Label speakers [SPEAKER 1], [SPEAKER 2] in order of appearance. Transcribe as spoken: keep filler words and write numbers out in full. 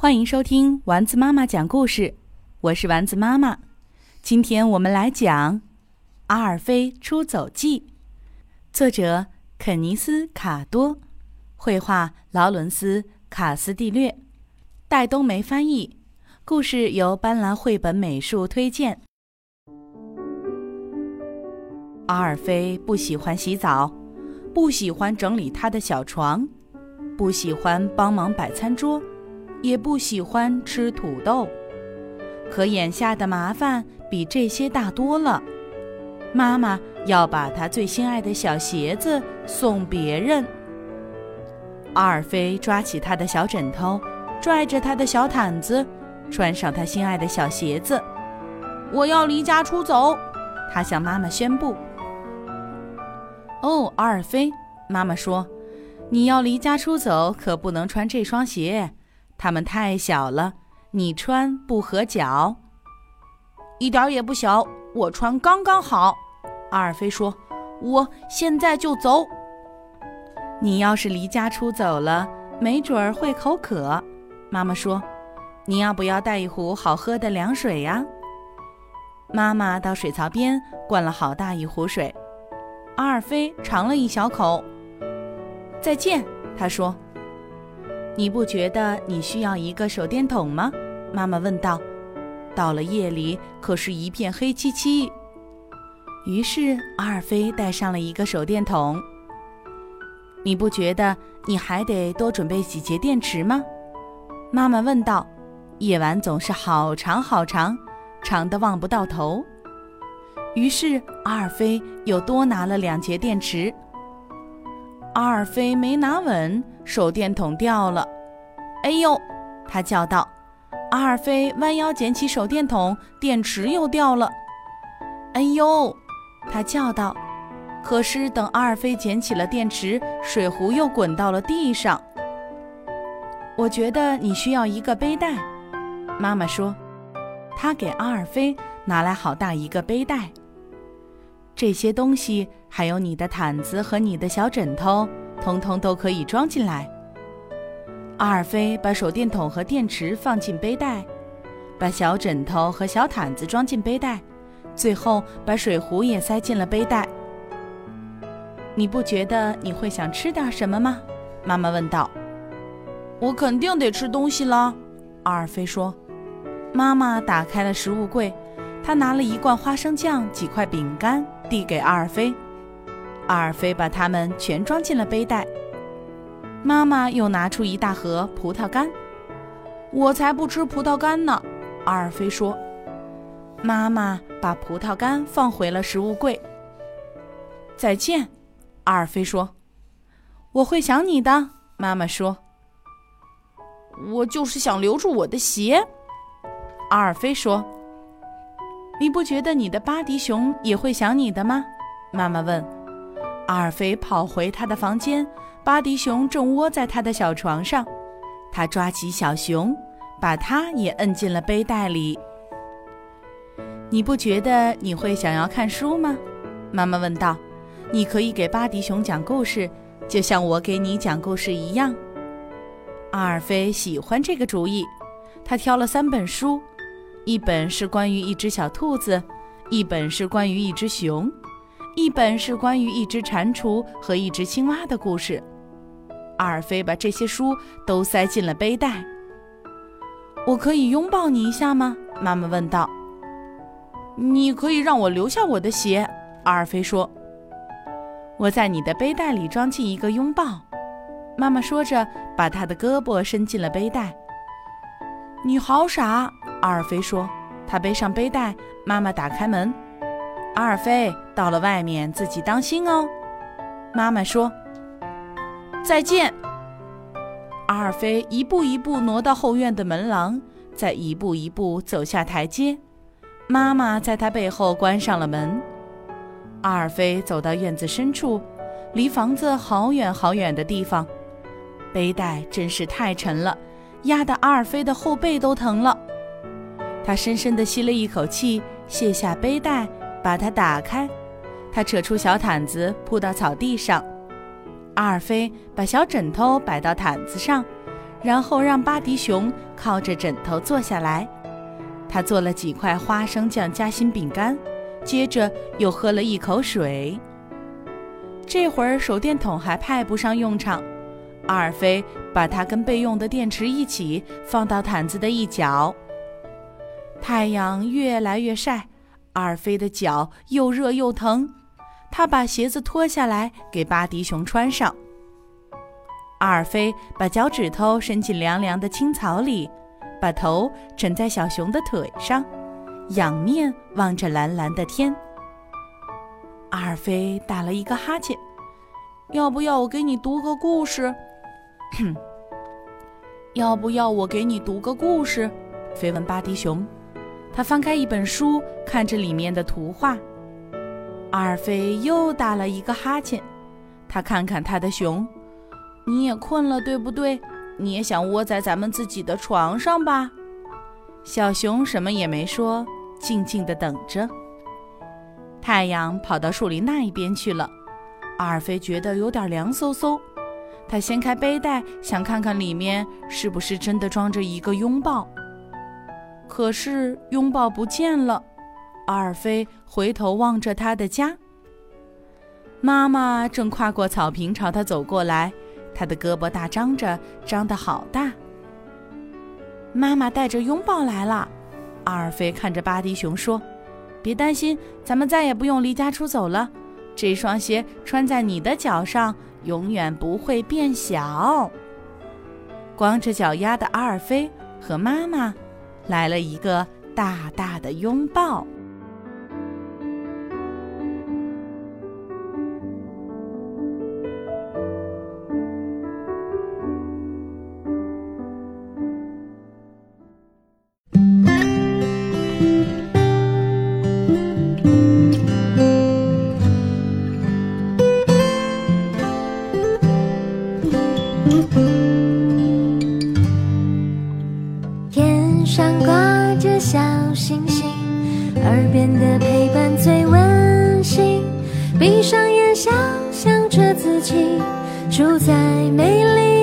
[SPEAKER 1] 欢迎收听丸子妈妈讲故事，我是丸子妈妈。今天我们来讲《阿尔菲出走记》，作者肯尼斯·卡多，绘画劳伦斯·卡斯蒂略，戴冬梅翻译，故事由斑斓绘本美术推荐。阿尔菲不喜欢洗澡，不喜欢整理他的小床，不喜欢帮忙摆餐桌，也不喜欢吃土豆。可眼下的麻烦比这些大多了。妈妈要把她最心爱的小鞋子送别人。阿尔菲抓起他的小枕头，拽着他的小毯子，穿上他心爱的小鞋子。我要离家出走，他向妈妈宣布。哦，阿尔菲，妈妈说，你要离家出走可不能穿这双鞋，它们太小了，你穿不合脚。一点也不小，我穿刚刚好。阿尔菲说，我现在就走。你要是离家出走了，没准儿会口渴。妈妈说，你要不要带一壶好喝的凉水呀？妈妈到水槽边灌了好大一壶水。阿尔菲尝了一小口。再见，他说。你不觉得你需要一个手电筒吗？妈妈问道。到了夜里，可是一片黑漆漆。于是阿尔菲带上了一个手电筒。你不觉得你还得多准备几节电池吗？妈妈问道。夜晚总是好长好长，长得望不到头。于是阿尔菲又多拿了两节电池。阿尔菲没拿稳，手电筒掉了。哎呦，他叫道。阿尔菲弯腰捡起手电筒，电池又掉了。哎呦，他叫道。可是等阿尔菲捡起了电池，水壶又滚到了地上。我觉得你需要一个背带，妈妈说。她给阿尔菲拿来好大一个背带。这些东西还有你的毯子和你的小枕头，通通都可以装进来。阿尔菲把手电筒和电池放进背带，把小枕头和小毯子装进背带，最后把水壶也塞进了背带。你不觉得你会想吃点什么吗？妈妈问道。我肯定得吃东西了，阿尔菲说。妈妈打开了食物柜，她拿了一罐花生酱，几块饼干，递给阿尔菲。阿尔菲把它们全装进了背带。妈妈又拿出一大盒葡萄干。我才不吃葡萄干呢，阿尔菲说。妈妈把葡萄干放回了食物柜。再见，阿尔菲说。我会想你的，妈妈说。我就是想留住我的鞋，阿尔菲说。你不觉得你的巴迪熊也会想你的吗？妈妈问。阿尔菲跑回他的房间，巴迪熊正窝在他的小床上。他抓起小熊，把它也摁进了背带里。你不觉得你会想要看书吗？妈妈问道。你可以给巴迪熊讲故事，就像我给你讲故事一样。阿尔菲喜欢这个主意。他挑了三本书，一本是关于一只小兔子，一本是关于一只熊，一本是关于一只蟾蜍和一只青蛙的故事。阿尔菲把这些书都塞进了背带。我可以拥抱你一下吗？妈妈问道。你可以让我留下我的鞋，阿尔菲说。我在你的背带里装进一个拥抱，妈妈说着，把她的胳膊伸进了背带。你好傻，阿尔菲说。他背上背带，妈妈打开门。阿尔菲，到了外面自己当心哦，妈妈说。再见。阿尔菲一步一步挪到后院的门廊，再一步一步走下台阶。妈妈在他背后关上了门。阿尔菲走到院子深处，离房子好远好远的地方。背带真是太沉了，压得阿尔菲的后背都疼了。他深深地吸了一口气，卸下背带，把它打开。他扯出小毯子铺到草地上。阿尔菲把小枕头摆到毯子上， 然后让巴迪熊靠着枕头坐下来。他做了几块花生酱夹心饼干，接着又喝了一口水。这会儿手电筒还派不上用场，阿尔菲把它跟备用的电池一起放到毯子的一角。太阳越来越晒，阿尔菲的脚又热又疼，他把鞋子脱下来给巴迪熊穿上。阿尔菲把脚趾头伸进凉凉的青草里，把头枕在小熊的腿上，仰面望着蓝蓝的天。阿尔菲打了一个哈欠，要不要我给你读个故事？要不要我给你读个故事？菲问巴迪熊。他翻开一本书，看着里面的图画。阿尔菲又打了一个哈欠，他看看他的熊。你也困了，对不对？你也想窝在咱们自己的床上吧？小熊什么也没说，静静地等着。太阳跑到树林那一边去了，阿尔菲觉得有点凉飕飕。他掀开背带，想看看里面是不是真的装着一个拥抱。可是拥抱不见了。阿尔菲回头望着他的家，妈妈正跨过草坪朝他走过来，她的胳膊大张着，张得好大。妈妈带着拥抱来了。阿尔菲看着巴迪熊说，别担心，咱们再也不用离家出走了，这双鞋穿在你的脚上永远不会变小。光着脚丫的阿尔菲和妈妈来了一个大大的拥抱。
[SPEAKER 2] 上挂着小星星，耳边的陪伴最温馨。闭上眼，想象着自己住在美丽